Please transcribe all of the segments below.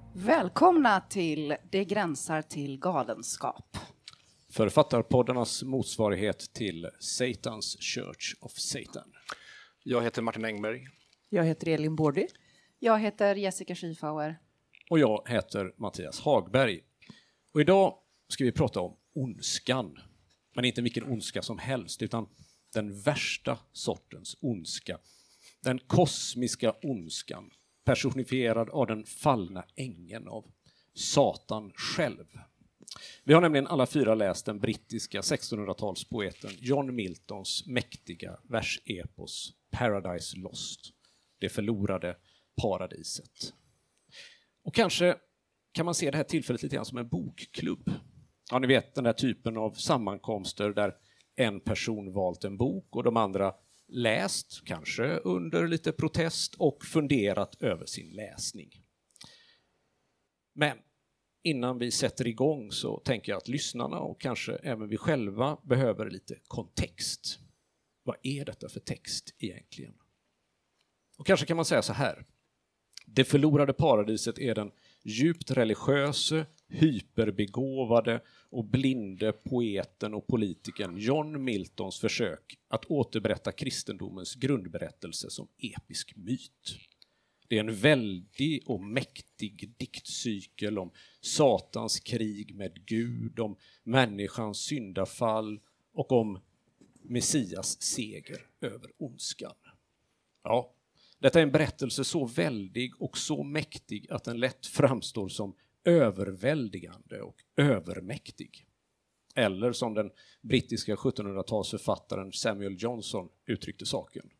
Välkomna till Det gränsar till galenskap. Författarpoddarnas motsvarighet till Satans Church of Satan. Jag heter Martin Engberg. Jag heter Elin Bårdy. Jag heter Jessica Schiefauer. Och jag heter Mattias Hagberg. Och idag ska vi prata om ondskan. Men inte vilken ondska som helst, utan den värsta sortens ondska. Den kosmiska ondskan, personifierad av den fallna ängeln av Satan själv. Vi har nämligen alla fyra läst den brittiska 1600-talspoeten John Miltons mäktiga versepos Paradise Lost, det förlorade paradiset. Och kanske kan man se det här tillfället lite grann som en bokklubb. Ja, ni vet den där typen av sammankomster där en person valt en bok och de andra läst, kanske under lite protest och funderat över sin läsning. Men innan vi sätter igång så tänker jag att lyssnarna och kanske även vi själva behöver lite kontext. Vad är detta för text egentligen? Och kanske kan man säga så här. Det förlorade paradiset är den djupt religiöse, hyperbegåvade och blinde poeten och politikern John Miltons försök att återberätta kristendomens grundberättelse som episk myt. Det är en väldig och mäktig diktcykel om Satans krig med Gud, om människans syndafall och om Messias seger över ondskan. Ja, detta är en berättelse så väldig och så mäktig att den lätt framstår som överväldigande och övermäktig. Eller som den brittiska 1700-talsförfattaren Samuel Johnson uttryckte saken.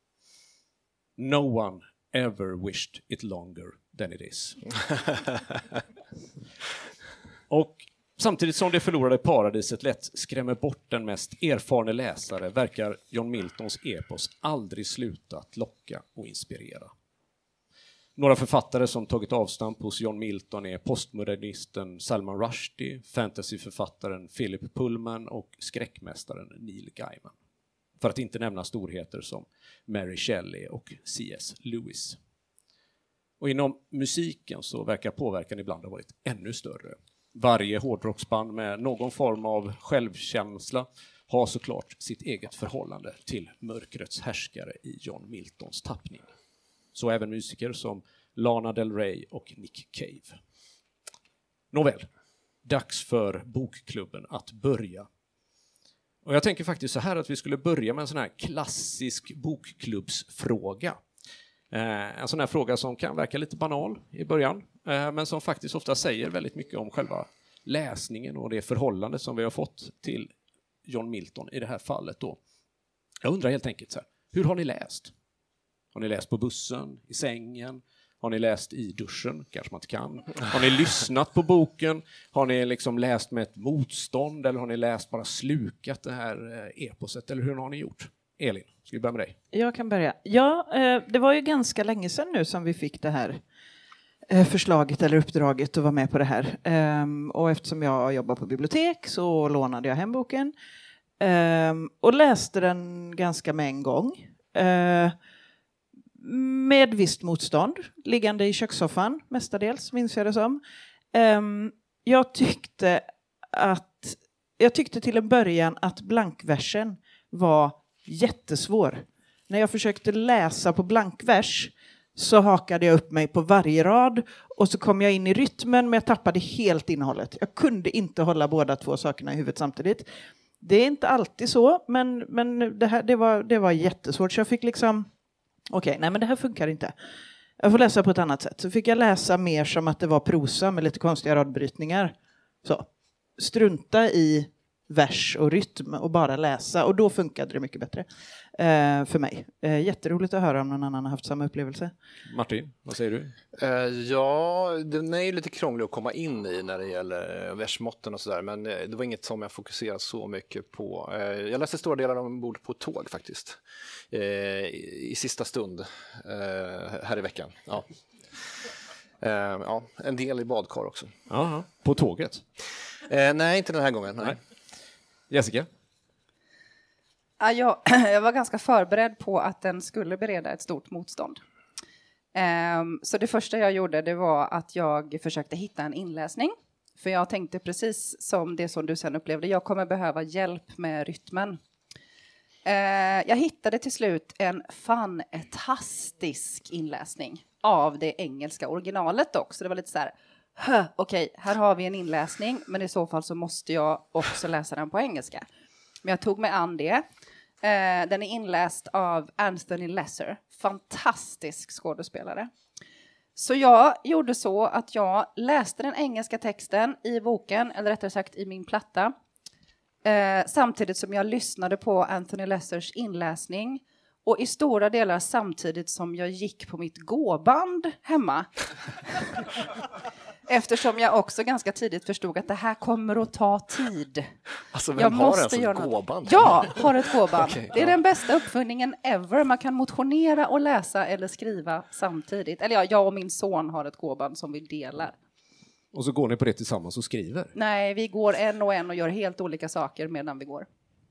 No one ever wished it longer than it is. Och samtidigt som det förlorade paradiset lätt skrämmer bort den mest erfarne läsare verkar John Miltons epos aldrig sluta att locka och inspirera. Några författare som tagit avstamp hos John Milton är postmodernisten Salman Rushdie, fantasyförfattaren Philip Pullman och skräckmästaren Neil Gaiman. För att inte nämna storheter som Mary Shelley och C.S. Lewis. Och inom musiken så verkar påverkan ibland ha varit ännu större. Varje hårdrocksband med någon form av självkänsla har såklart sitt eget förhållande till mörkrets härskare i John Miltons tappning. Så även musiker som Lana Del Rey och Nick Cave. Nåväl, dags för bokklubben att börja. Och jag tänker faktiskt så här att vi skulle börja med en sån här klassisk bokklubbsfråga. En sån här fråga som kan verka lite banal i början, men som faktiskt ofta säger väldigt mycket om själva läsningen och det förhållande som vi har fått till John Milton i det här fallet då. Jag undrar helt enkelt så här, hur har ni läst? Har ni läst på bussen, i sängen? Har ni läst i duschen? Kanske man inte kan. Har ni lyssnat på boken? Har ni liksom läst med ett motstånd? Eller har ni läst bara slukat det här eposet? Eller hur har ni gjort? Elin, ska vi börja med dig? Jag kan börja. Ja, det var ju ganska länge sedan nu som vi fick det här förslaget eller uppdraget att vara med på det här. Och eftersom jag jobbar på bibliotek så lånade jag hem boken. Och läste den ganska med en gång. Med visst motstånd, liggande i kökssoffan mestadels, minns jag det som. Jag tyckte till en början att blankversen var jättesvår. När jag försökte läsa på blankvers så hakade jag upp mig på varje rad och så kom jag in i rytmen men jag tappade helt innehållet. Jag kunde inte hålla båda två sakerna i huvudet samtidigt. Det är inte alltid så, men det var jättesvårt. Så jag fick liksom okej, nej men det här funkar inte. Jag får läsa på ett annat sätt. Så fick jag läsa mer som att det var prosa med lite konstiga radbrytningar. Så, strunta i vers och rytm och bara läsa. Och då funkade det mycket bättre för mig. Jätteroligt att höra om någon annan har haft samma upplevelse. Martin, vad säger du? Ja, den är ju lite krånglig att komma in i när det gäller versmåtten och sådär. Men det var inget som jag fokuserade så mycket på. Jag läste stora delar ombord på tåg faktiskt. I sista stund här i veckan. Ja. Ja, en del i badkar också. Aha, på tåget? Nej, inte den här gången. Nej. Jessica? Jag var ganska förberedd på att den skulle bereda ett stort motstånd. Så det första jag gjorde, det var att jag försökte hitta en inläsning. För jag tänkte precis som det som du sen upplevde, jag kommer behöva hjälp med rytmen. Jag hittade till slut en fantastisk inläsning av det engelska originalet också. Det var lite så här, okej, här har vi en inläsning, men i så fall så måste jag också läsa den på engelska. Men jag tog mig an det. Den är inläst av Anthony Lesser, fantastisk skådespelare. Så jag gjorde så att jag läste den engelska texten i boken, eller rättare sagt i min platta. Samtidigt som jag lyssnade på Anthony Lessers inläsning. Och i stora delar samtidigt som jag gick på mitt gåband hemma. Eftersom jag också ganska tidigt förstod att det här kommer att ta tid. Alltså vem har en sån gåband? Jag har ett gåband. Okay, det är den bästa uppfinningen ever. Man kan motionera och läsa eller skriva samtidigt. Eller ja, jag och min son har ett gåband som vi delar. Och så går ni på det tillsammans och skriver? Nej, vi går en och gör helt olika saker medan vi går.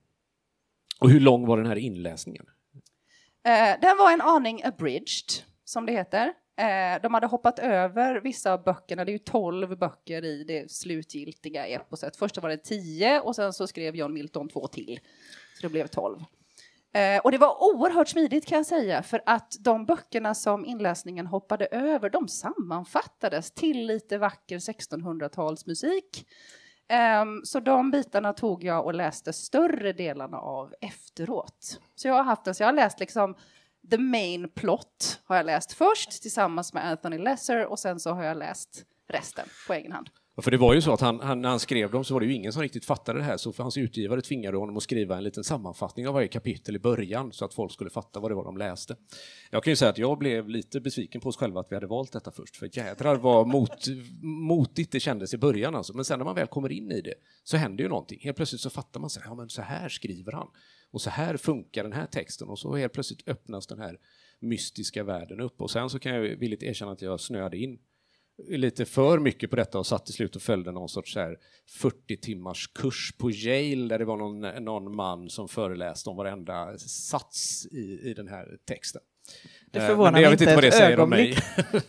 Och hur lång var den här inläsningen? Den var en aning abridged, som det heter. De hade hoppat över vissa av böckerna. Det är ju 12 böcker i det slutgiltiga eposet. Först var det 10 och sen så skrev John Milton 2 till. Så det blev 12. Och det var oerhört smidigt kan jag säga. För att de böckerna som inläsningen hoppade över, de sammanfattades till lite vacker 1600-talsmusik. Så de bitarna tog jag och läste större delarna av efteråt. Så jag har läst liksom the main plot har jag läst först tillsammans med Anthony Lesser och sen så har jag läst resten på egen hand. För det var ju så att han, när han skrev dem så var det ju ingen som riktigt fattade det här, så för hans utgivare tvingade honom att skriva en liten sammanfattning av varje kapitel i början så att folk skulle fatta vad det var de läste. Jag kan ju säga att jag blev lite besviken på oss själva att vi hade valt detta först, för jädrar vad motigt det kändes i början alltså. Men sen när man väl kommer in i det så händer ju någonting. Helt plötsligt så fattar man sig, ja men så här skriver han och så här funkar den här texten och så helt plötsligt öppnas den här mystiska världen upp och sen så kan jag villigt erkänna att jag snöade in lite för mycket på detta och satt till slut och följde någon sorts så här 40 timmars kurs på Yale där det var någon man som föreläste om varenda sats i den här texten. Det förvånar mig inte ett ögonblick.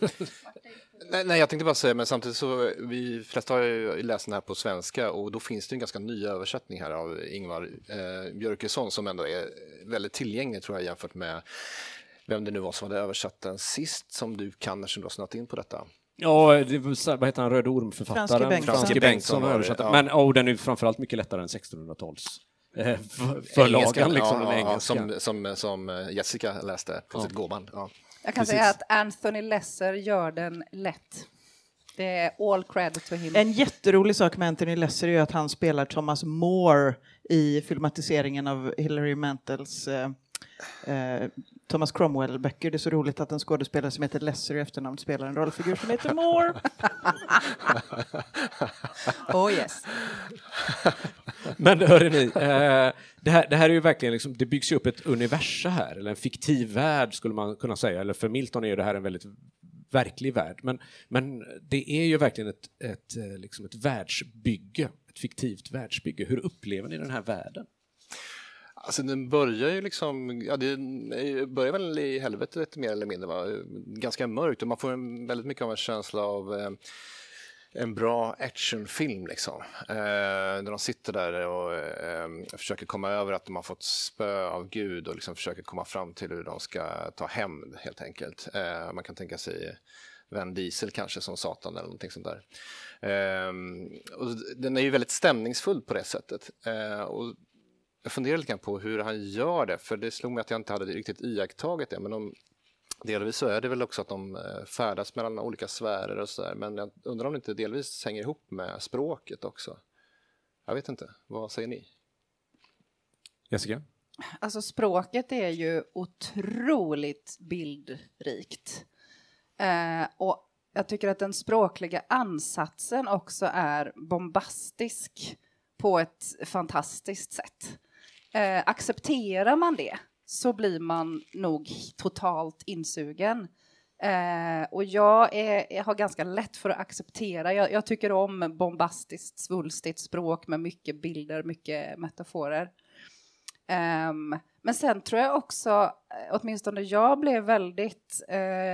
Nej, jag tänkte bara säga, men samtidigt så vi flesta har ju läst den här på svenska och då finns det en ganska ny översättning här av Ingvar Björkesson som ändå är väldigt tillgänglig tror jag jämfört med vem det nu var som hade översatt den sist som du kan när du har snöat in på detta. Ja, vad heter han? Röde Orm-författaren? Franske Bengtsson har översatt. Ja. Men den är framförallt mycket lättare än 1600-tals förlagan, liksom den engelska. Som Jessica läste på sitt gåband. Ja. Jag kan säga att Anthony Lesser gör den lätt. Det är all credit to him. En jätterolig sak med Anthony Lesser är att han spelar Thomas More i filmatiseringen av Hilary Mantels Thomas Cromwell-böcker. Det är så roligt att en skådespelare som heter Lesser i efternamn spelar en rollfigur som heter Moore. Oh yes. Men hörrni, det här är ju verkligen liksom, det byggs ju upp ett universum här, eller en fiktiv värld skulle man kunna säga, eller för Milton är ju det här en väldigt verklig värld, men det är ju verkligen ett världsbygge, ett fiktivt världsbygge. Hur upplever ni den här världen? Alltså den börjar ju liksom, ja det börjar väl i helvetet mer eller mindre, va? Ganska mörkt och man får väldigt mycket av en känsla av en bra actionfilm liksom. Där de sitter där och försöker komma över att de har fått spö av Gud och liksom försöker komma fram till hur de ska ta hämnd helt enkelt. Man kan tänka sig Vin Diesel kanske som Satan eller någonting sånt där. Och den är ju väldigt stämningsfull på det sättet. Och jag funderar lite grann på hur han gör det, för det slog mig att jag inte hade riktigt iakttagit det, men delvis så är det väl också att de färdas mellan olika sfärer och sådär, men jag undrar om det inte delvis hänger ihop med språket också. Jag vet inte, vad säger ni? Jessica? Alltså språket är ju otroligt bildrikt. Och jag tycker att den språkliga ansatsen också är bombastisk på ett fantastiskt sätt. Accepterar man det så blir man nog totalt insugen. Och jag har ganska lätt för att acceptera. Jag tycker om bombastiskt, svulstigt språk med mycket bilder, mycket metaforer. Men sen tror jag också, åtminstone jag blev väldigt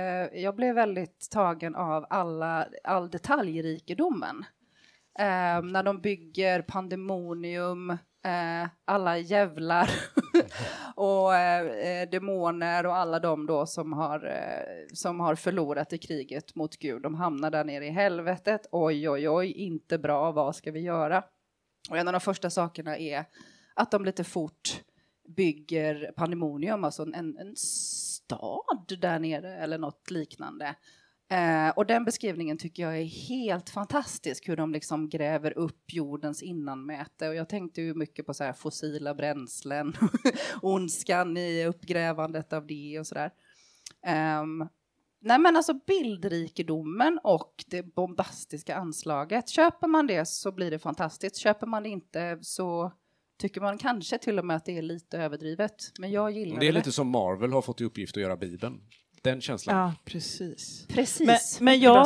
tagen av all detaljrikedomen. När de bygger pandemonium, alla jävlar och demoner och alla de då som har förlorat i kriget mot Gud. De hamnar där nere i helvetet. Oj, inte bra, vad ska vi göra? Och en av de första sakerna är att de lite fort bygger pandemonium, alltså en stad där nere eller något liknande. Och den beskrivningen tycker jag är helt fantastisk, hur de liksom gräver upp jordens innanmäte. Och jag tänkte ju mycket på så här fossila bränslen, ondskan i uppgrävandet av det och sådär. Nej, men alltså bildrikedomen och det bombastiska anslaget. Köper man det så blir det fantastiskt. Köper man det inte så tycker man kanske till och med att det är lite överdrivet. Men jag gillar det. Det är lite som Marvel har fått i uppgift att göra Bibeln. Den känslan. Ja, precis. Men jag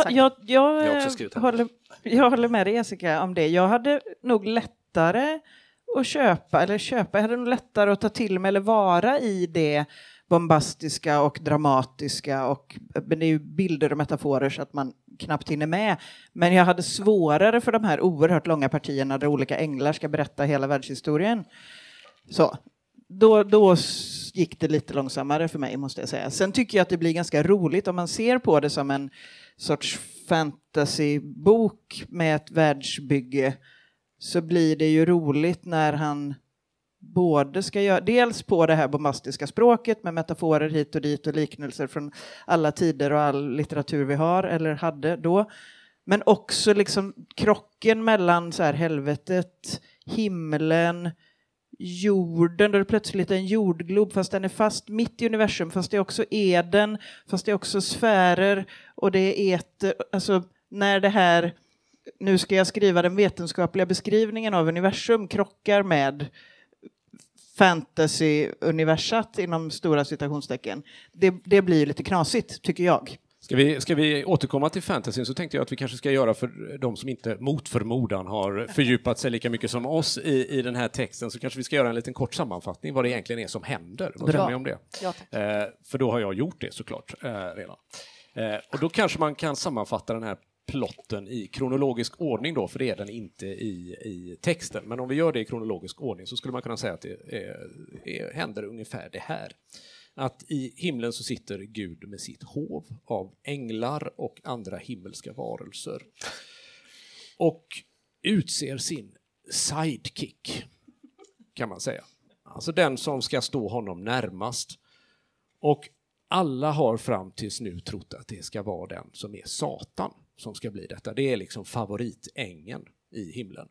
håller med dig, Jessica, om det. Jag hade nog lättare att köpa. Jag hade nog lättare att ta till mig eller vara i det bombastiska och dramatiska. Och det är ju bilder och metaforer så att man knappt hinner med. Men jag hade svårare för de här oerhört långa partierna där olika änglar ska berätta hela världshistorien. Så. Då gick det lite långsammare för mig, måste jag säga. Sen tycker jag att det blir ganska roligt om man ser på det som en sorts fantasybok med ett världsbygge, så blir det ju roligt när han både ska göra dels på det här bombastiska språket med metaforer hit och dit och liknelser från alla tider och all litteratur vi har eller hade då, men också liksom krocken mellan så här helvetet, himlen, jorden, där det plötsligt är en jordglob fast den är fast mitt i universum, fast det är också Eden, fast det är också sfärer och det är eter, alltså när det här, nu ska jag skriva den vetenskapliga beskrivningen av universum, krockar med fantasy-universat inom stora citationstecken. Det blir lite knasigt, tycker jag. Ska vi återkomma till fantasyn, så tänkte jag att vi kanske ska göra för de som inte mot förmodan har fördjupat sig lika mycket som oss i den här texten, så kanske vi ska göra en liten kort sammanfattning vad det egentligen är som händer. Vad tror ni om det? Ja, för då har jag gjort det såklart redan. Och då kanske man kan sammanfatta den här plotten i kronologisk ordning då, för det är den inte i texten. Men om vi gör det i kronologisk ordning så skulle man kunna säga att det händer ungefär det här. Att i himlen så sitter Gud med sitt hov av änglar och andra himmelska varelser. Och utser sin sidekick, kan man säga. Alltså den som ska stå honom närmast. Och alla har fram tills nu trott att det ska vara den som är Satan som ska bli detta. Det är liksom favoritängeln i himlen.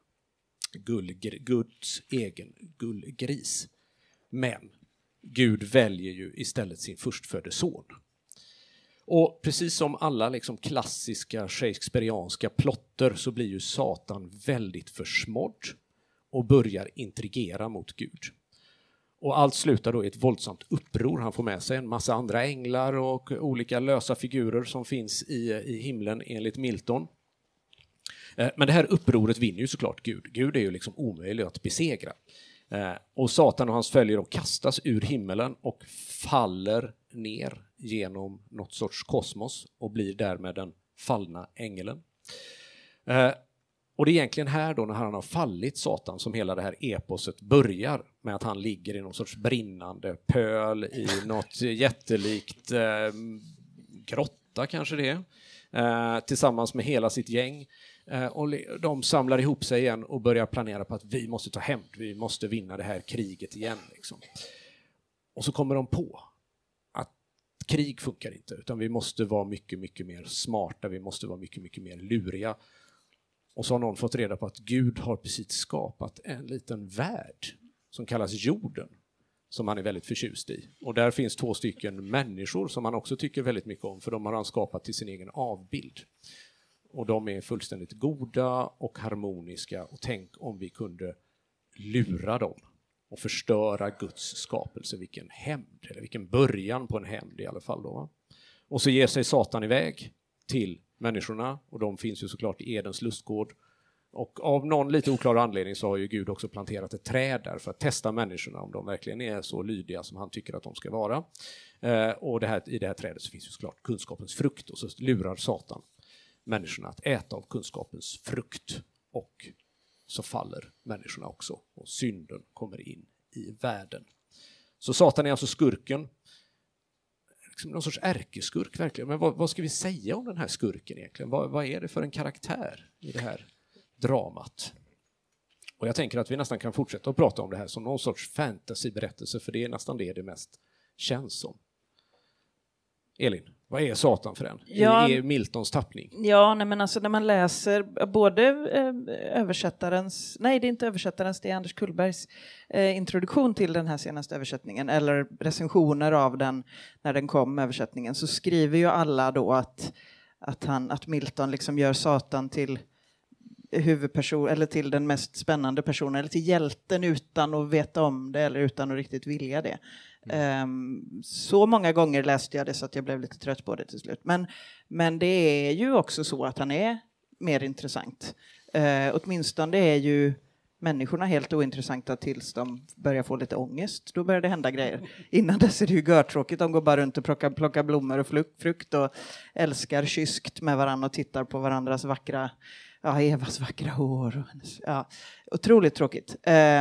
Guds egen gullgris. Men Gud väljer ju istället sin förstfödde son. Och precis som alla liksom klassiska shakespearianska plotter så blir ju Satan väldigt försmådd och börjar intrigera mot Gud. Och allt slutar då i ett våldsamt uppror. Han får med sig en massa andra änglar och olika lösa figurer som finns i himlen enligt Milton. Men det här upproret vinner ju såklart Gud. Gud är ju liksom omöjlig att besegra. Och Satan och hans följare kastas ur himmelen och faller ner genom något sorts kosmos och blir därmed den fallna ängeln. Och det är egentligen här då när han har fallit, Satan, som hela det här eposet börjar med att han ligger i någon sorts brinnande pöl i något jättelikt grotta kanske det är, tillsammans med hela sitt gäng. Och de samlar ihop sig igen och börjar planera på att vi måste ta hämnd, vi måste vinna det här kriget igen. Liksom. Och så kommer de på att krig funkar inte, utan vi måste vara mycket, mycket mer smarta, vi måste vara mycket, mycket mer luriga. Och så har någon fått reda på att Gud har precis skapat en liten värld som kallas jorden, som han är väldigt förtjust i. Och där finns 2 stycken människor som han också tycker väldigt mycket om, för de har han skapat till sin egen avbild. Och de är fullständigt goda och harmoniska. Och tänk om vi kunde lura dem och förstöra Guds skapelse. Vilken hämnd, eller vilken början på en hämnd i alla fall då. Och så ger sig Satan iväg till människorna, och de finns ju såklart i Edens lustgård. Och av någon lite oklar anledning så har ju Gud också planterat ett träd där för att testa människorna om de verkligen är så lydiga som han tycker att de ska vara. Och i det här trädet så finns ju såklart kunskapens frukt, och så lurar Satan människorna att äta av kunskapens frukt, och så faller människorna också och synden kommer in i världen. Så Satan är alltså skurken, liksom någon sorts ärkeskurk verkligen. Men vad ska vi säga om den här skurken egentligen? Vad är det för en karaktär i det här dramat? Och jag tänker att vi nästan kan fortsätta att prata om det här som någon sorts fantasyberättelse, för det är nästan det mest känns som. Elin, vad är Satan för en? I Miltons tappning? Ja, nej, men alltså när man läser både översättarens, nej det är inte översättarens, det är Anders Kullbergs introduktion till den här senaste översättningen, eller recensioner av den när den kom, översättningen, så skriver ju alla då att Milton liksom gör Satan till huvudperson, eller till den mest spännande personen, eller till hjälten utan att veta om det eller utan att riktigt vilja det. Så många gånger läste jag det så att jag blev lite trött på det till slut. Men det är ju också så att han är mer intressant. Åtminstone är ju människorna helt ointressanta tills de börjar få lite ångest. Då börjar det hända grejer. Innan dess är det ju görtråkigt. De går bara runt och plockar blommor och frukt och älskar kyskt med varandra och tittar på varandras vackra, Evas vackra hår. Otroligt tråkigt.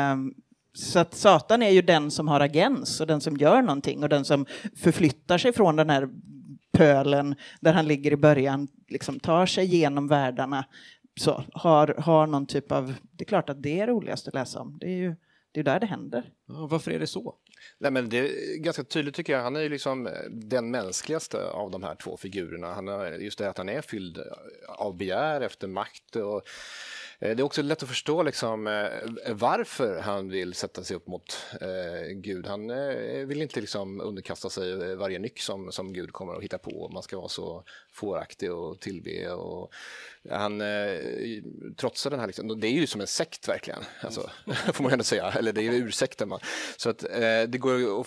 Så att Satan är ju den som har agens och den som gör någonting och den som förflyttar sig från den här pölen där han ligger i början, liksom tar sig genom världarna, så har någon typ av, det är klart att det är roligast att läsa om. Det är där det händer. Ja, varför är det så? Nej, men det är ganska tydligt tycker jag. Han är ju liksom den mänskligaste av de här två figurerna. Just det att han är fylld av begär efter makt, och det är också lätt att förstå liksom, varför han vill sätta sig upp mot Gud. Han vill inte liksom underkasta sig varje nyck som Gud kommer att hitta på. Man ska vara så fåraktig och tillbe. Och han trotsar den här, liksom, det är ju som en sekt verkligen, alltså, får man ändå säga. Eller det är ju ursäkten. Så att det går att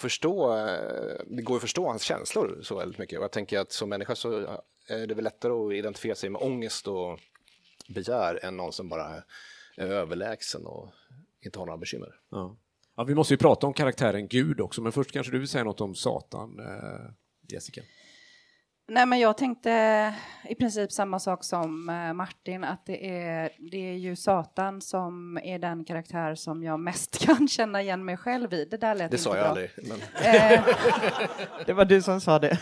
förstå hans känslor så väldigt mycket. Och jag tänker att som människa så är det väl lättare att identifiera sig med ångest och begär än någon som bara är överlägsen och inte har några bekymmer. Ja, vi måste ju prata om karaktären Gud också, men först kanske du vill säga något om Satan, Jessica. Nej, men jag tänkte i princip samma sak som Martin, att det är ju Satan som är den karaktär som jag mest kan känna igen mig själv i. Det där lät det inte sa jag bra. aldrig. Men... Det var du som sa det.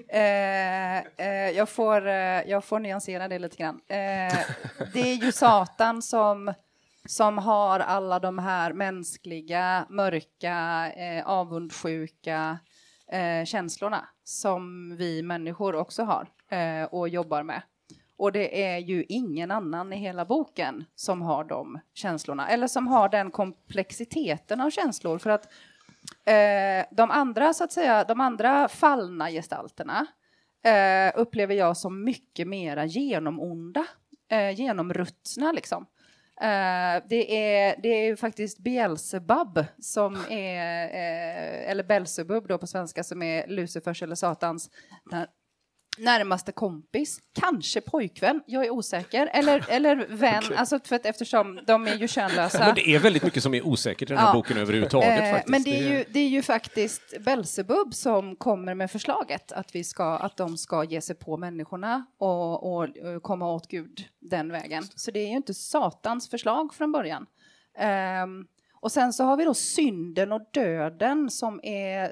Jag får nyansera det lite grann. Det är ju Satan som har alla de här mänskliga, mörka, avundsjuka känslorna som vi människor också har och jobbar med. Och det är ju ingen annan i hela boken som har de känslorna, eller som har den komplexiteten av känslor, för att de andra, så att säga, de andra fallna gestalterna upplever jag som mycket mera genomonda, genomruttna liksom. Det är ju faktiskt Beelzebub som är, eller Belzebub då på svenska, som är Lucifers eller Satans närmaste kompis, kanske pojkvän, jag är osäker, eller vän, okay. Alltså för att eftersom de är ju könlösa. Men det är väldigt mycket som är osäkert i den här boken överhuvudtaget faktiskt. Men det är ju faktiskt Belzebub som kommer med förslaget att de ska ge sig på människorna och komma åt Gud den vägen. Så det är ju inte Satans förslag från början. Och sen så har vi då synden och döden som är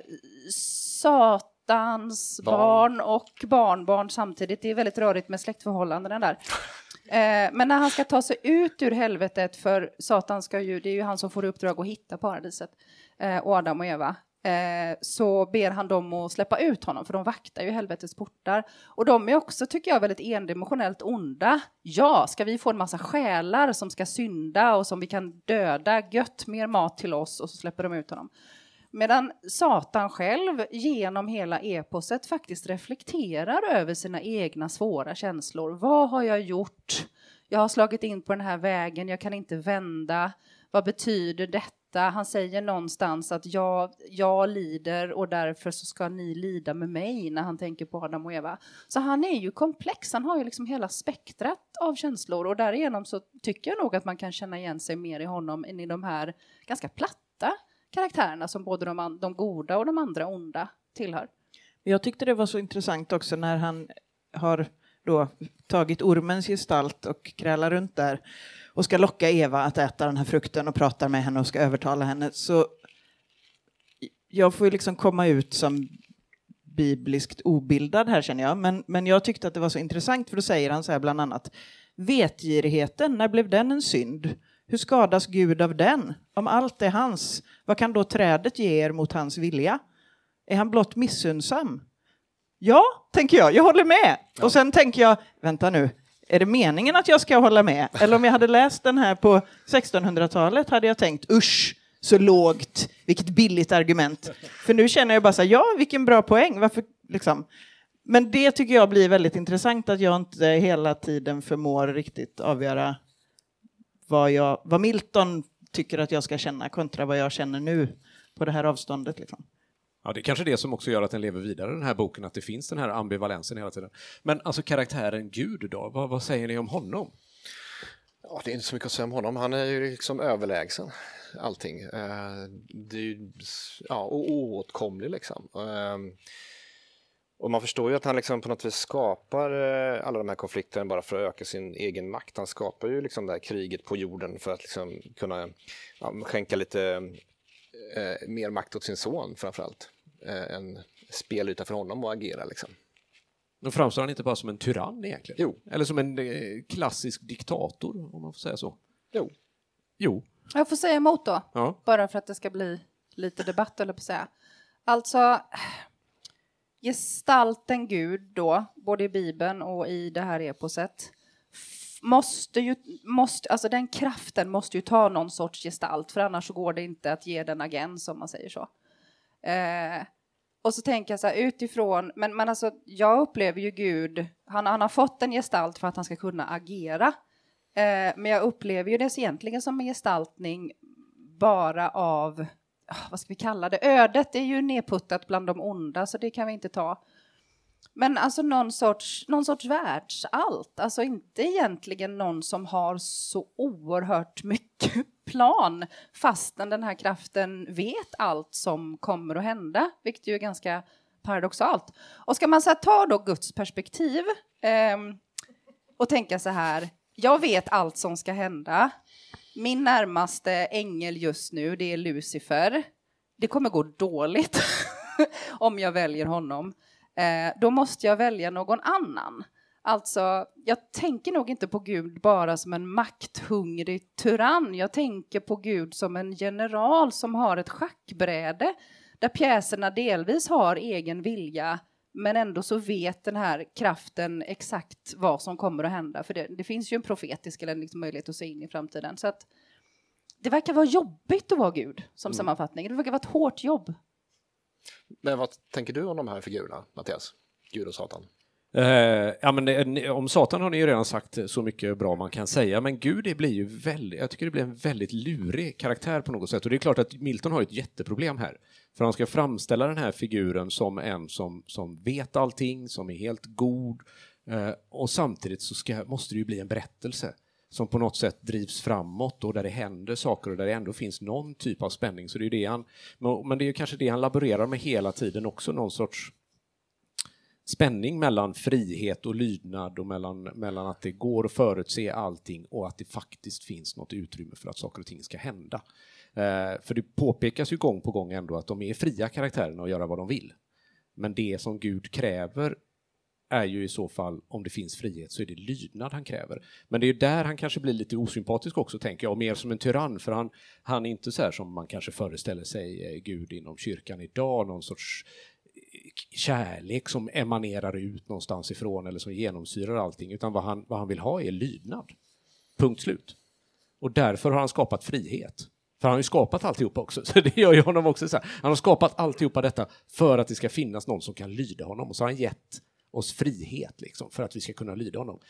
Satans barn och barnbarn samtidigt. Det är väldigt rörigt med släktförhållanden där. Men när han ska ta sig ut ur helvetet, för Satan det är ju han som får uppdrag att hitta paradiset, och Adam och Eva, så ber han dem att släppa ut honom, för de vaktar ju helvetets portar. Och de är också, tycker jag, väldigt endimensionellt onda. Ja, ska vi få en massa själar som ska synda och som vi kan döda, gött, mer mat till oss, och så släpper de ut honom. Medan Satan själv genom hela eposet faktiskt reflekterar över sina egna svåra känslor. Vad har jag gjort? Jag har slagit in på den här vägen, jag kan inte vända. Vad betyder detta? Han säger någonstans att jag lider och därför så ska ni lida med mig när han tänker på Adam och Eva. Så han är ju komplex, han har ju liksom hela spektrat av känslor och därigenom så tycker jag nog att man kan känna igen sig mer i honom än i de här ganska platta karaktärerna som både de goda och de andra onda tillhör. Jag tyckte det var så intressant också när han har då tagit ormens gestalt och krälar runt där och ska locka Eva att äta den här frukten och pratar med henne och ska övertala henne. Så jag får ju liksom komma ut som bibliskt obildad här känner jag. Men jag tyckte att det var så intressant för då säger han så här bland annat: vetgirigheten, när blev den en synd? Hur skadas Gud av den? Om allt är hans, vad kan då trädet ge er mot hans vilja? Är han blott missunnsam? Ja, tänker jag håller med. Ja. Och sen tänker jag, vänta nu, är det meningen att jag ska hålla med? Eller om jag hade läst den här på 1600-talet hade jag tänkt, usch, så lågt, vilket billigt argument. För nu känner jag bara så här, ja, vilken bra poäng. Varför, liksom? Men det tycker jag blir väldigt intressant att jag inte hela tiden förmår riktigt avgöra vad Milton tycker att jag ska känna kontra vad jag känner nu på det här avståndet. Liksom. Ja, det är kanske det som också gör att den lever vidare, den här boken, att det finns den här ambivalensen hela tiden. Men alltså karaktären Gud då, vad säger ni om honom? Ja, det är inte så mycket att säga om honom. Han är ju liksom överlägsen allting. Det är ju oåtkomlig liksom. Och man förstår ju att han liksom på något vis skapar alla de här konflikterna bara för att öka sin egen makt. Han skapar ju liksom det här kriget på jorden för att liksom kunna skänka lite mer makt åt sin son framförallt. En spelyta för honom att agera liksom. Då framstår han inte bara som en tyrann egentligen? Jo. Eller som en klassisk diktator, om man får säga så? Jo. Jag får säga emot då. Ja. Bara för att det ska bli lite debatt eller på att säga. Alltså, gestalten Gud då, både i Bibeln och i det här eposet, alltså den kraften måste ju ta någon sorts gestalt, för annars så går det inte att ge den agens, om man säger så. Och så tänker jag så här utifrån, men alltså jag upplever ju Gud, han har fått en gestalt för att han ska kunna agera. Men jag upplever ju det egentligen som en gestaltning bara av, vad ska vi kalla det? Ödet är ju nedputtat bland de onda, så det kan vi inte ta. Men alltså någon sorts världsallt. Alltså inte egentligen någon som har så oerhört mycket plan, fastän den här kraften vet allt som kommer att hända, vilket ju är ganska paradoxalt. Och ska man så här ta då Guds perspektiv och tänka så här, jag vet allt som ska hända. Min närmaste ängel just nu, det är Lucifer. Det kommer gå dåligt om jag väljer honom. Då måste jag välja någon annan. Alltså, jag tänker nog inte på Gud bara som en makthungrig tyrann. Jag tänker på Gud som en general som har ett schackbräde där pjäserna delvis har egen vilja, men ändå så vet den här kraften exakt vad som kommer att hända. För det finns ju en profetisk eller liksom möjlighet att se in i framtiden. Så att det verkar vara jobbigt att vara Gud som sammanfattning. Det verkar vara ett hårt jobb. Men vad tänker du om de här figurerna, Mattias? Gud och Satan? Om Satan har ni ju redan sagt så mycket bra man kan säga, men Gud det blir ju jag tycker det blir en väldigt lurig karaktär på något sätt, och det är klart att Milton har ett jätteproblem här, för han ska framställa den här figuren som en som vet allting, som är helt god, och samtidigt så måste det ju bli en berättelse som på något sätt drivs framåt och där det händer saker och där det ändå finns någon typ av spänning. Så det är det men det är ju kanske det han laborerar med hela tiden också, någon sorts spänning mellan frihet och lydnad och mellan att det går att förutse allting och att det faktiskt finns något utrymme för att saker och ting ska hända. För det påpekas ju gång på gång ändå att de är fria karaktärerna och göra vad de vill. Men det som Gud kräver är ju i så fall, om det finns frihet så är det lydnad han kräver. Men det är ju där han kanske blir lite osympatisk också, tänker jag, och mer som en tyrann, för han är inte så här som man kanske föreställer sig Gud inom kyrkan idag, någon sorts kärlek som emanerar ut någonstans ifrån eller som genomsyrar allting, utan vad han vill ha är lydnad. Punkt slut. Och därför har han skapat frihet. För han har ju skapat alltihopa också, så det gör ju honom också så här. Han har skapat alltihopa detta för att det ska finnas någon som kan lyda honom, och så har han gett oss frihet liksom, för att vi ska kunna lyda honom.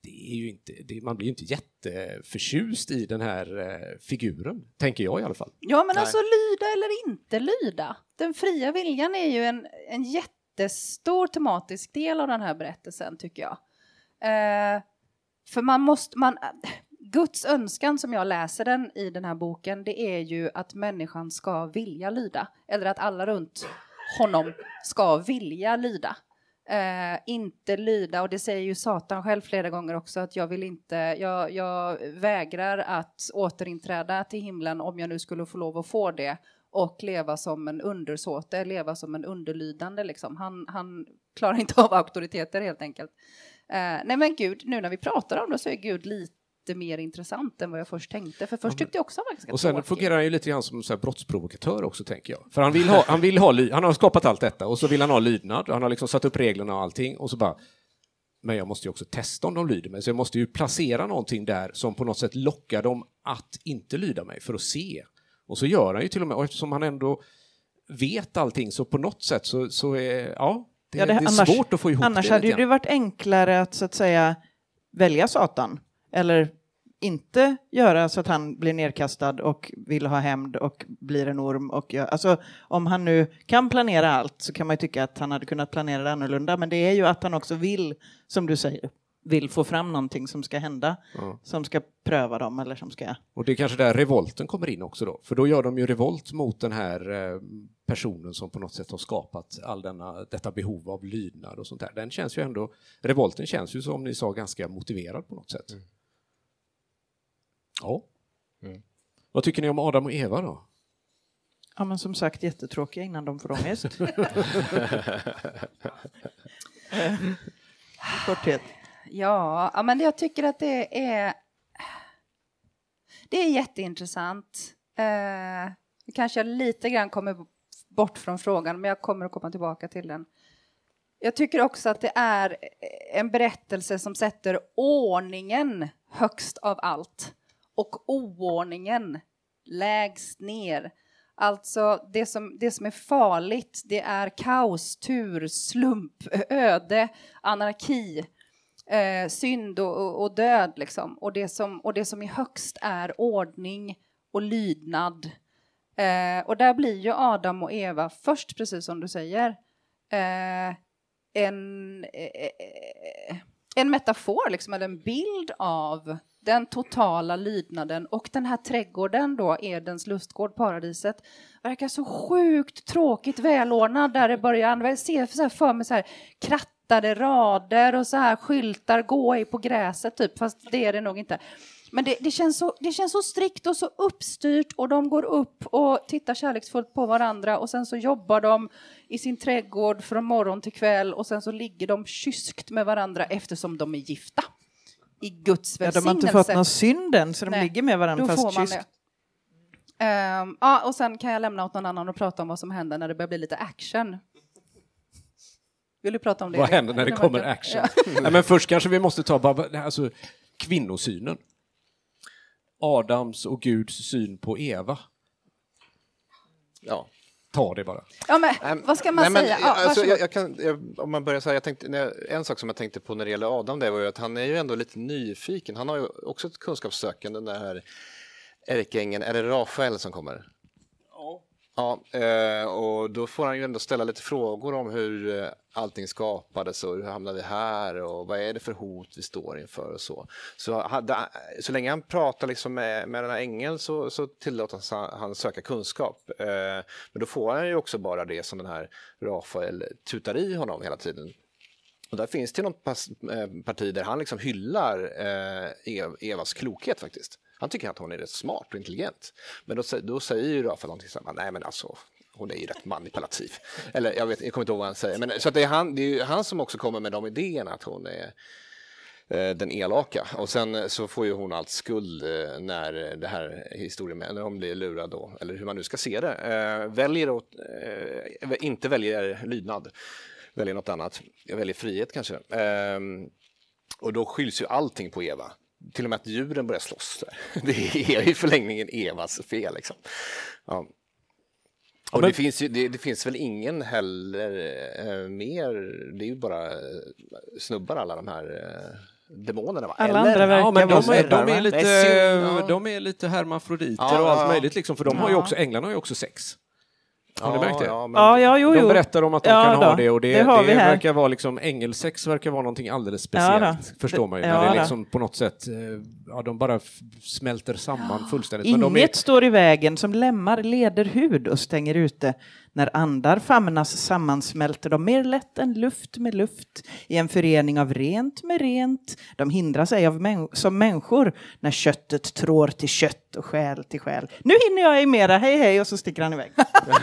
det är ju inte, man blir ju inte jätteförtjust i den här figuren, tänker jag i alla fall. Ja, men alltså lyda eller inte lyda. Den fria viljan är ju en jättestor tematisk del av den här berättelsen, tycker jag. För Guds önskan, som jag läser den i den här boken, det är ju att människan ska vilja lyda. Eller att alla runt honom ska vilja lyda. Inte lyda, och det säger ju Satan själv flera gånger också, att jag vägrar att återinträda till himlen om jag nu skulle få lov att få det, och leva som en undersåte, leva som en underlydande liksom. Han klarar inte av auktoriteter helt enkelt. Nej men Gud, nu när vi pratar om det så är Gud lite mer intressant än vad jag först tänkte. För först tyckte jag också han var ganska och sen tråkig. fungerar han ju lite grann som så här brottsprovokatör också, tänker jag. För han har skapat allt detta och så vill han ha lydnad. Han har liksom satt upp reglerna och allting och så bara, men jag måste ju också testa om de lyder mig. Så jag måste ju placera någonting där som på något sätt lockar dem att inte lyda mig för att se. Och så gör han ju till och med, och eftersom han ändå vet allting, så på något sätt så är det är svårt att få ihop annars det. Annars hade det varit enklare att så att säga välja Satan. Eller inte göra så att han blir nedkastad och vill ha hämnd och blir en orm. Alltså, om han nu kan planera allt så kan man ju tycka att han hade kunnat planera det annorlunda. Men det är ju att han också vill, som du säger, vill få fram någonting som ska hända. Som ska pröva dem eller som ska... Och det är kanske där revolten kommer in också då. För då gör de ju revolt mot den här personen som på något sätt har skapat detta behov av lydnad och sånt där. Den känns ju ändå, revolten känns ju som ni sa ganska motiverad på något sätt. Ja. Vad tycker ni om Adam och Eva då? Ja, men som sagt, jättetråkiga innan de får ångest. I korthet. Ja, men jag tycker att det är jätteintressant. Kanske jag lite grann kommer bort från frågan, men jag kommer att komma tillbaka till den. Jag tycker också att det är en berättelse som sätter ordningen högst av allt och oordningen lägst ner. Alltså det som är farligt, det är kaos, tur, slump, öde, anarki, synd och död liksom. Och det som är högst är ordning och lydnad. Och där blir ju Adam och Eva först, precis som du säger, en metafor liksom, eller en bild av den totala lydnaden. Och den här trädgården då, Edens lustgård, paradiset, verkar så sjukt tråkigt välordnad där i början. Jag ser så här för mig så här krattade rader och så här skyltar, gå i på gräset typ, fast det är det nog inte. Men det känns så strikt och så uppstyrt, och de går upp och tittar kärleksfullt på varandra, och sen så jobbar de i sin trädgård från morgon till kväll, och sen så ligger de kyskt med varandra eftersom de är gifta. I Guds välsignelse. Ja, de har inte fått någon synden, så de ligger med varandra fast kysst. Och sen kan jag lämna åt någon annan och prata om vad som händer när det börjar bli lite action. Vill du prata om det? Vad händer när det kommer action? Ja. Nej, men först kanske vi måste ta alltså, kvinnosynen. Adams och Guds syn på Eva. Ja. Ta det bara. Ja, men vad ska man säga? Om man börjar säga, en sak som jag tänkte på när det gäller Adam, det var ju att han är ju ändå lite nyfiken. Han har ju också ett kunskapssökande, den här ärkeängeln. Är det Rafael som kommer? Ja, och då får han ju ändå ställa lite frågor om hur allting skapades och hur hamnade vi här och vad är det för hot vi står inför och så. Så länge han pratar liksom med den här ängeln så tillåter han söka kunskap. Men då får han ju också bara det som den här Rafael tutar i honom hela tiden. Och där finns det något parti där han liksom hyllar Evas klokhet faktiskt. Han tycker att hon är rätt smart och intelligent. Men då säger ju Rafael någonting så här, nej men alltså, hon är ju rätt manipulativ. Eller jag kommer inte ihåg vad han säger. Men, så att det är ju han som också kommer med de idéerna att hon är den elaka. Och sen så får ju hon allt skuld när det här historien med, när hon blir lurad då, eller hur man nu ska se det. Inte väljer lydnad, väljer något annat. Jag väljer frihet kanske. Och då skylls ju allting på Eva. Till och med att djuren börjar slåss. Det är i förlängningen Evas fel. Liksom. Ja. Och det finns väl ingen heller mer. Det är ju bara snubbar alla de här demonerna, va? Alla andra verkar men vara de zebrar, va? de är lite hermafroditer Ja, och allt ja. möjligt liksom, för de har ju också, änglarna har ju också sex. Har ni märkt det? Men Jo. De berättar om att de Ja, kan ha då. det, och Det har vi det här. verkar vara liksom, ängelsex verkar vara någonting alldeles speciellt, förstår man ju. Ja, När det är då. liksom på något sätt, de bara smälter samman fullständigt. Men de är, Inget står i vägen som lämmar, leder hud och stänger ute. När andar famnas sammansmälter de mer lätt än luft med luft i en förening av rent med rent. De hindrar sig av som människor när köttet trår till kött och själ till själ. Nu hinner jag i mera, hej hej, och så sticker han iväg.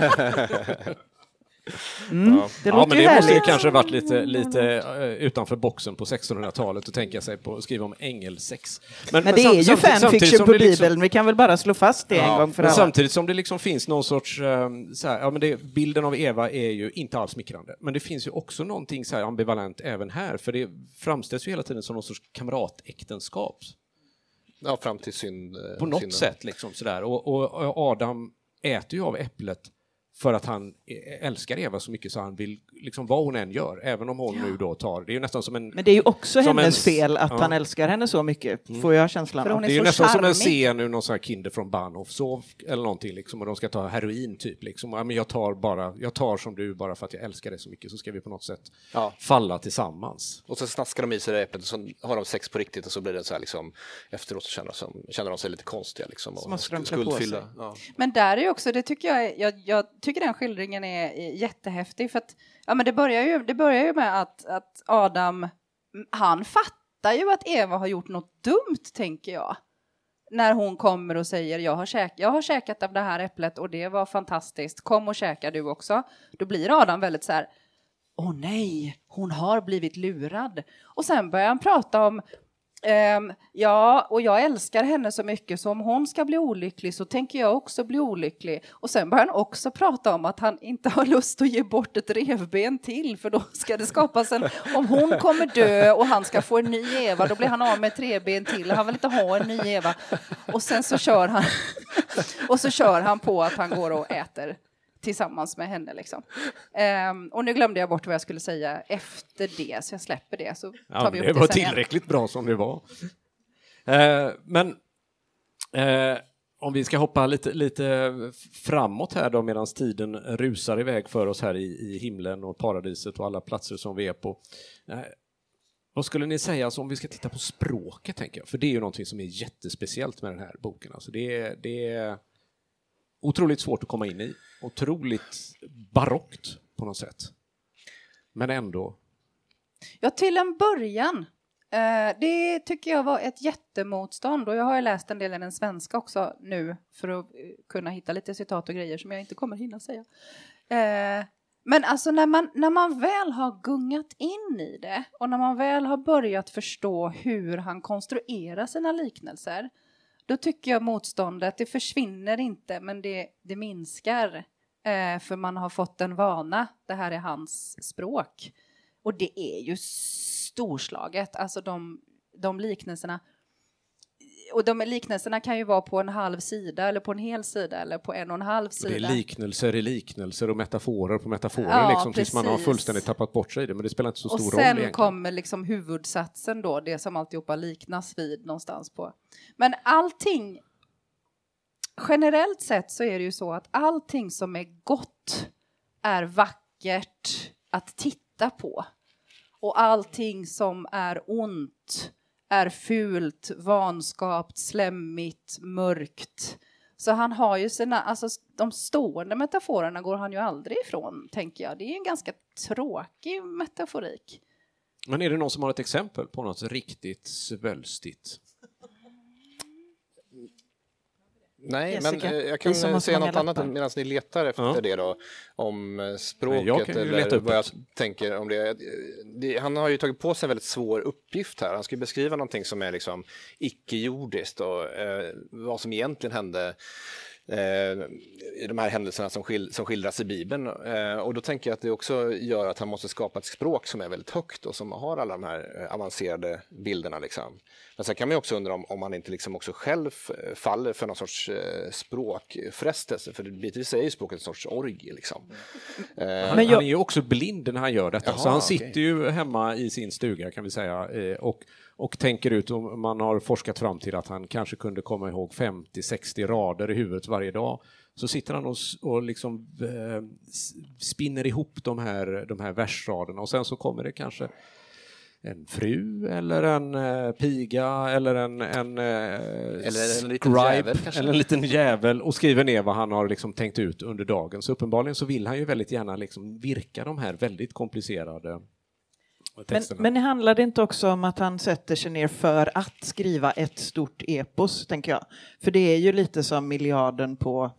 Det låter men ju det måste ju härligt. kanske varit lite utanför boxen på 1600-talet att tänka sig på att skriva om engelsex. Men det är ju fanfiction på Bibeln, vi kan väl bara slå fast det en gång för men alla. samtidigt som det liksom finns någon sorts, så här, men bilden av Eva är ju inte alls smickrande. Men det finns ju också någonting så här ambivalent även här, för det framställs ju hela tiden som någon sorts kamratäktenskap. Ja, fram till synd. På något sätt liksom sådär. Och Adam äter ju av äpplet för att han älskar Eva så mycket så han vill, liksom vad hon än gör, även om hon nu då tar, det är ju nästan som en... Men det är ju också som hennes fel att han älskar henne så mycket, får jag känslan För av. hon Det är ju så nästan som en charmig. scen ur någon sån här Kinder från Bahnhof sov eller någonting liksom, och de ska ta heroin typ liksom. Ja, men jag tar som du bara för att jag älskar dig så mycket, så ska vi på något sätt falla tillsammans. Och så snaskar de i sig det äpplet och så har de sex på riktigt och så blir det så här liksom, efteråt så känner de sig lite konstiga liksom, och måste de klä på sig. Ja. Men där är ju också, det tycker jag tycker den skildringen är jättehäftig, för att men det börjar ju med att Adam, han fattar ju att Eva har gjort något dumt, tänker jag. När hon kommer och säger jag har käkat av det här äpplet och det var fantastiskt, kom och käka du också. Då blir Adam väldigt så här, åh nej, hon har blivit lurad. Och sen börjar han prata om och jag älskar henne så mycket, så om hon ska bli olycklig så tänker jag också bli olycklig. Och sen börjar han också prata om att han inte har lust att ge bort ett revben till, för då ska det skapas om hon kommer dö och han ska få en ny Eva, då blir han av med ett revben till, han vill inte ha en ny Eva. Och sen så kör han på att han går och äter tillsammans med henne liksom. Och nu glömde jag bort vad jag skulle säga efter det, så jag släpper det, så tar vi upp det det var sen igen. tillräckligt bra som det var. Men om vi ska hoppa lite framåt här då, medan tiden rusar iväg för oss här i himlen och paradiset och alla platser som vi är på. Vad skulle ni säga alltså, om vi ska titta på språket, tänker jag? För det är ju någonting som är jättespeciellt med den här boken. Alltså det är otroligt svårt att komma in i. Otroligt barockt på något sätt. Men ändå. Ja, till en början. Det tycker jag var ett jättemotstånd. Och jag har ju läst en del i den svenska också nu, för att kunna hitta lite citat och grejer som jag inte kommer hinna säga. Men alltså när man väl har gungat in i det, och när man väl har börjat förstå hur han konstruerar sina liknelser, då tycker jag motståndet, det försvinner inte, men det minskar. För man har fått en vana. Det här är hans språk. Och det är ju storslaget. Alltså de liknelserna. Och de liknelserna kan ju vara på en halv sida, eller på en hel sida, eller på 1,5 sida. Det är liknelser i liknelser och metaforer på metaforer, Ja, liksom, tills man har fullständigt tappat bort sig i det. Men det spelar inte så stor roll egentligen. Och sen egentligen. kommer liksom huvudsatsen då, det som alltihopa liknas vid någonstans på. Men allting, generellt sett så är det ju så att allting som är gott är vackert att titta på. Och allting som är ont är fult, vanskapt, slemmigt, mörkt. Så han har ju alltså de stående metaforerna går han ju aldrig ifrån, tänker jag. Det är en ganska tråkig metaforik. Men är det någon som har ett exempel på något riktigt svölstigt? Nej, Jessica, men jag kan vi som har säga så något många annat lappar. medan ni letar efter det då, om språket Jag kan ju leta eller upp vad jag det. tänker om det. Han har ju tagit på sig en väldigt svår uppgift här. Han ska beskriva någonting som är liksom icke-jordiskt och vad som egentligen hände i de här händelserna som skildras i Bibeln. Och då tänker jag att det också gör att han måste skapa ett språk som är väldigt högt och som har alla de här avancerade bilderna. Liksom. Men sen kan man ju också undra om han inte liksom också själv faller för någon sorts språkfrestelse. För bitvis är ju språket en sorts orgie. Liksom. Han är ju också blind när han gör detta. Jaha, så han okej. sitter ju hemma i sin stuga, kan vi säga, och och tänker ut, och man har forskat fram till att han kanske kunde komma ihåg 50-60 rader i huvudet varje dag. Så sitter han och liksom spinner ihop de här versraderna och sen så kommer det kanske en fru eller en piga eller en liten jävel, eller en liten jävel och skriver ner vad han har liksom tänkt ut under dagen. Så uppenbarligen så vill han ju väldigt gärna liksom virka de här väldigt komplicerade texterna. Men det handlade inte också om att han sätter sig ner för att skriva ett stort epos, tänker jag. För det är ju lite som Miljarden på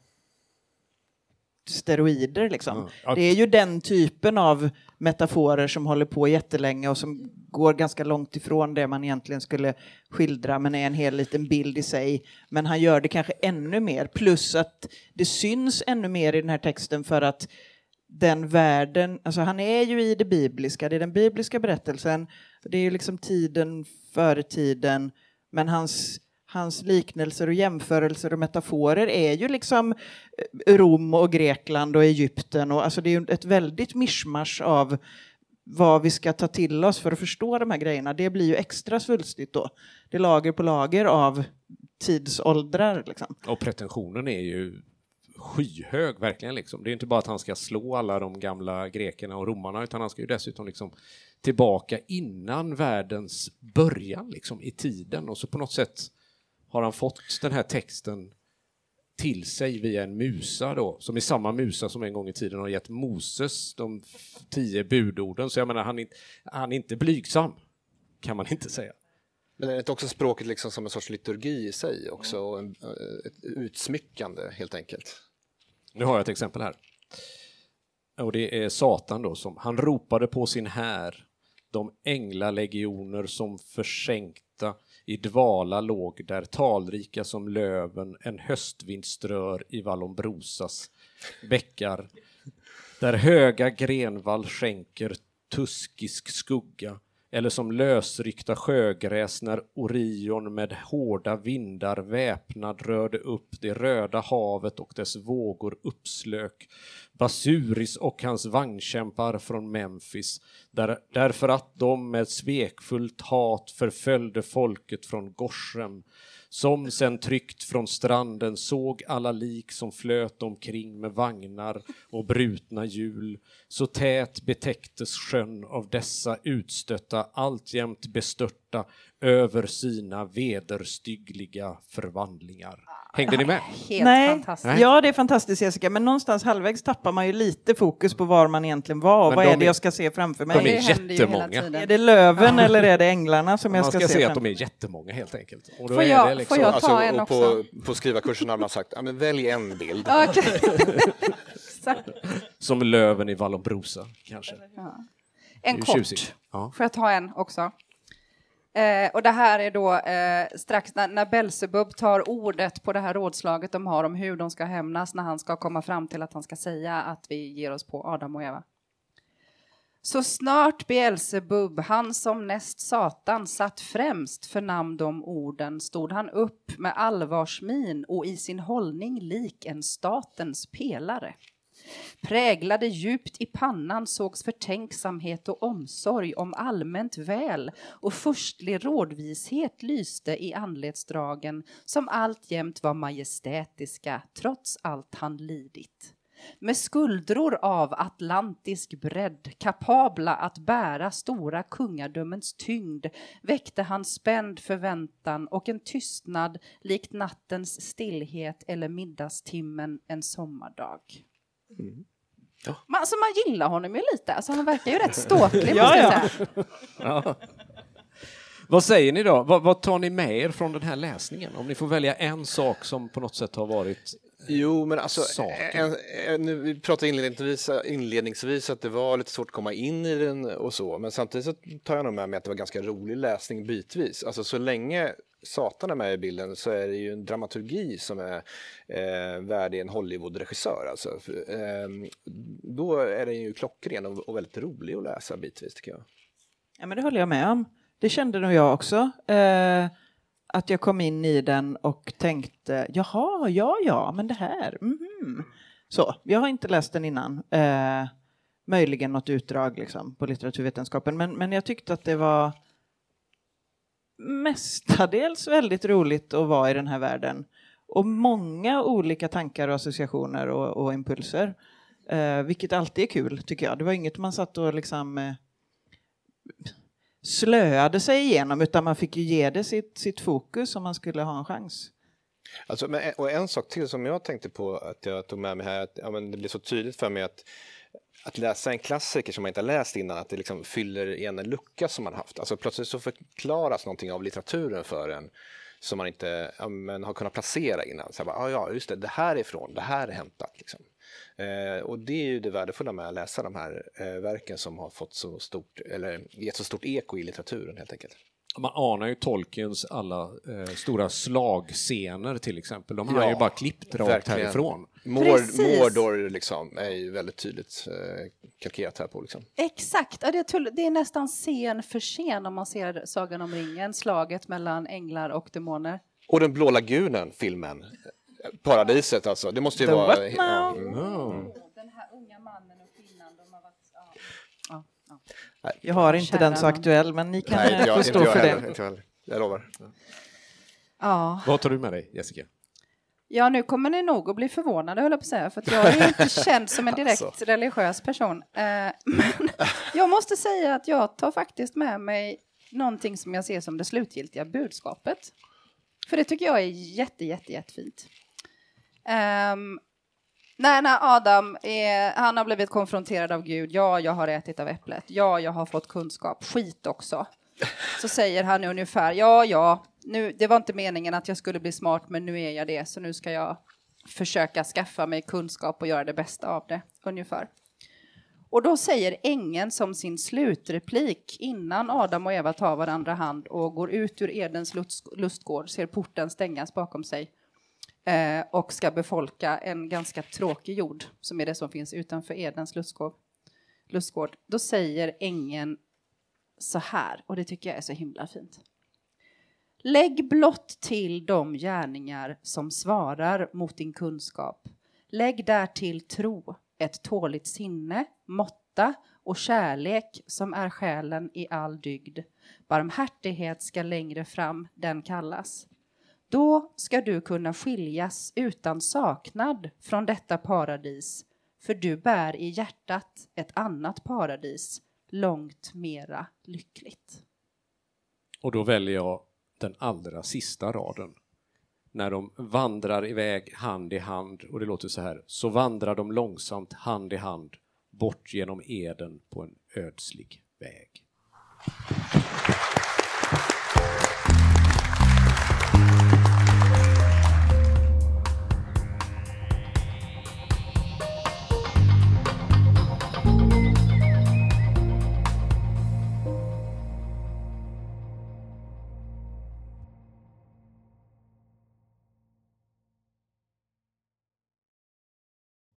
steroider liksom. Ja. Det är ju den typen av metaforer som håller på jättelänge och som går ganska långt ifrån det man egentligen skulle skildra, men är en hel liten bild i sig. Men han gör det kanske ännu mer, plus att det syns ännu mer i den här texten för att den världen, alltså han är ju i det bibliska, det är den bibliska berättelsen, det är ju liksom tiden före tiden, men hans liknelser och jämförelser och metaforer är ju liksom Rom och Grekland och Egypten. Och alltså det är ju ett väldigt mischmasch av vad vi ska ta till oss för att förstå de här grejerna. Det blir ju extra svulstigt då. Det är lager på lager av tidsåldrar. Liksom. Och pretensionen är ju skyhög verkligen. Liksom. Det är inte bara att han ska slå alla de gamla grekerna och romarna, utan han ska ju dessutom liksom tillbaka innan världens början liksom, i tiden. Och så på något sätt har han fått den här texten till sig via en musa då, som är samma musa som en gång i tiden har gett Moses de 10 budorden. Så jag menar, han är inte blygsam, kan man inte säga. Men är det också språket liksom som en sorts liturgi i sig också, och ett utsmyckande helt enkelt? Nu har jag ett exempel här. Och det är Satan då, som han ropade på sin här, de änglalegioner som försänkta i dvala låg där, talrika som löven, en höstvindströr i Vallombrosas bäckar, där höga grenvall skänker tuskisk skugga, eller som lösryckta sjögräs när Orion med hårda vindar väpnad rörde upp det röda havet och dess vågor uppslök Basuris och hans vagnkämpar från Memphis, därför att de med svekfullt hat förföljde folket från Gorsem, som sen tryckt från stranden såg alla lik som flöt omkring med vagnar och brutna hjul. Så tät betäcktes sjön av dessa utstötta, alltjämt bestörta över sina vederstyggliga förvandlingar. Hängde ni med? Helt Nej. fantastiskt. Ja, det är fantastiskt, Jessica. Men någonstans halvvägs tappar man ju lite fokus på var man egentligen var. Och Men vad de är det är- jag ska se framför mig? de är Det händer ju hela jättemånga. tiden. Är det löven eller är det änglarna som jag Man ska ska se se att framför de är jättemånga helt enkelt. Och då Får är jag- det liksom, får jag- ta en och också. på skrivarkursen har man sagt, ja, men välj en bild. Okej. Exakt. som löven i Vallombrosa kanske. En Det är ju kort. tjusigt. Ja. Får jag ta en också? Och det här är då strax när Belsebub tar ordet på det här rådslaget de har om hur de ska hämnas när han ska komma fram till att han ska säga att vi ger oss på Adam och Eva. Så snart Belsebub, han som näst Satan, satt främst för namn de orden, stod han upp med allvarsmin och i sin hållning lik en statens pelare. Präglade djupt i pannan sågs förtänksamhet och omsorg om allmänt väl, och förstlig rådvishet lyste i anletsdragen som alltjämt var majestätiska trots allt han lidit. Med skuldror av atlantisk bredd, kapabla att bära stora kungadömens tyngd, väckte han spänd förväntan och en tystnad likt nattens stillhet eller middagstimmen en sommardag. Ja. Man gillar honom ju lite, alltså han verkar ju rätt ståtlig. Ja, måste jag ja. säga. Vad säger ni då? Vad tar ni med er från den här läsningen? Om ni får välja en sak som på något sätt har varit... Jo, men alltså, Saken. nu, vi pratade inledningsvis att det var lite svårt att komma in i den och så, men samtidigt så tar jag nog med mig att det var ganska rolig läsning bitvis. Alltså så länge Satan är med i bilden så är det ju en dramaturgi som är värdig en Hollywood-regissör. Alltså. Då är den ju klockren och väldigt rolig att läsa bitvis, tycker jag. Ja, men det håller jag med om. Det kände nog jag också. Att jag kom in i den och tänkte, jaha, ja, men det här. Mhm. Så, jag har inte läst den innan. Möjligen något utdrag liksom, på litteraturvetenskapen. Men jag tyckte att det var mestadels väldigt roligt att vara i den här världen. Och många olika tankar och associationer och impulser. Vilket alltid är kul, tycker jag. Det var inget man satt och liksom slöade sig igenom, utan man fick ju ge det sitt fokus om man skulle ha en chans. Alltså, och en sak till som jag tänkte på att jag tog med mig här, att det blir så tydligt för mig att läsa en klassiker som man inte har läst innan, att det liksom fyller en lucka som man haft. Alltså plötsligt så förklaras någonting av litteraturen för en som man inte har kunnat placera innan. Så bara, ja, just det här är ifrån, det här är hämtat. Liksom. Och det är ju det värdefulla med att läsa de här verken som har fått så stort, eller gett så stort eko i litteraturen helt enkelt. Man anar ju Tolkiens alla stora slagscener till exempel. De har ju bara klippt rakt härifrån. Mordor liksom är ju väldigt tydligt kalkerat här på. Liksom. Exakt, det är nästan scen för scen om man ser Sagan om ringen, slaget mellan änglar och demoner. Och den blå lagunen, filmen. Paradiset alltså, det måste ju vara... Den här unga mannen och kvinnan, de har varit... Jag har inte den så aktuell, men ni kan få stå för det. Jag lovar. Ja. Vad tar du med dig, Jessica? Ja, nu kommer ni nog att bli förvånade, höll jag på att säga, för att jag är inte känd som en direkt religiös person. Men jag måste säga att jag tar faktiskt med mig någonting som jag ser som det slutgiltiga budskapet. För det tycker jag är jättefint. När Adam han har blivit konfronterad av Gud. Ja, jag har ätit av äpplet. Ja, jag har fått kunskap. Skit också. Så säger han ungefär, nu, det var inte meningen att jag skulle bli smart, men nu är jag det. Så nu ska jag försöka skaffa mig kunskap och göra det bästa av det, ungefär. Och då säger ängeln som sin slutreplik innan Adam och Eva tar varandra hand och går ut ur Edens lustgård, ser porten stängas bakom sig. Och ska befolka en ganska tråkig jord som är det som finns utanför Edens lustgård. Då säger ängeln så här, och det tycker jag är så himla fint. Lägg blott till de gärningar som svarar mot din kunskap. Lägg därtill tro, ett tåligt sinne, måtta och kärlek som är själen i all dygd. Barmhärtighet ska längre fram den kallas. Då ska du kunna skiljas utan saknad från detta paradis, för du bär i hjärtat ett annat paradis, långt mera lyckligt. Och då väljer jag den allra sista raden. När de vandrar iväg hand i hand, och det låter så här: så vandrar de långsamt hand i hand bort genom Eden på en ödslig väg.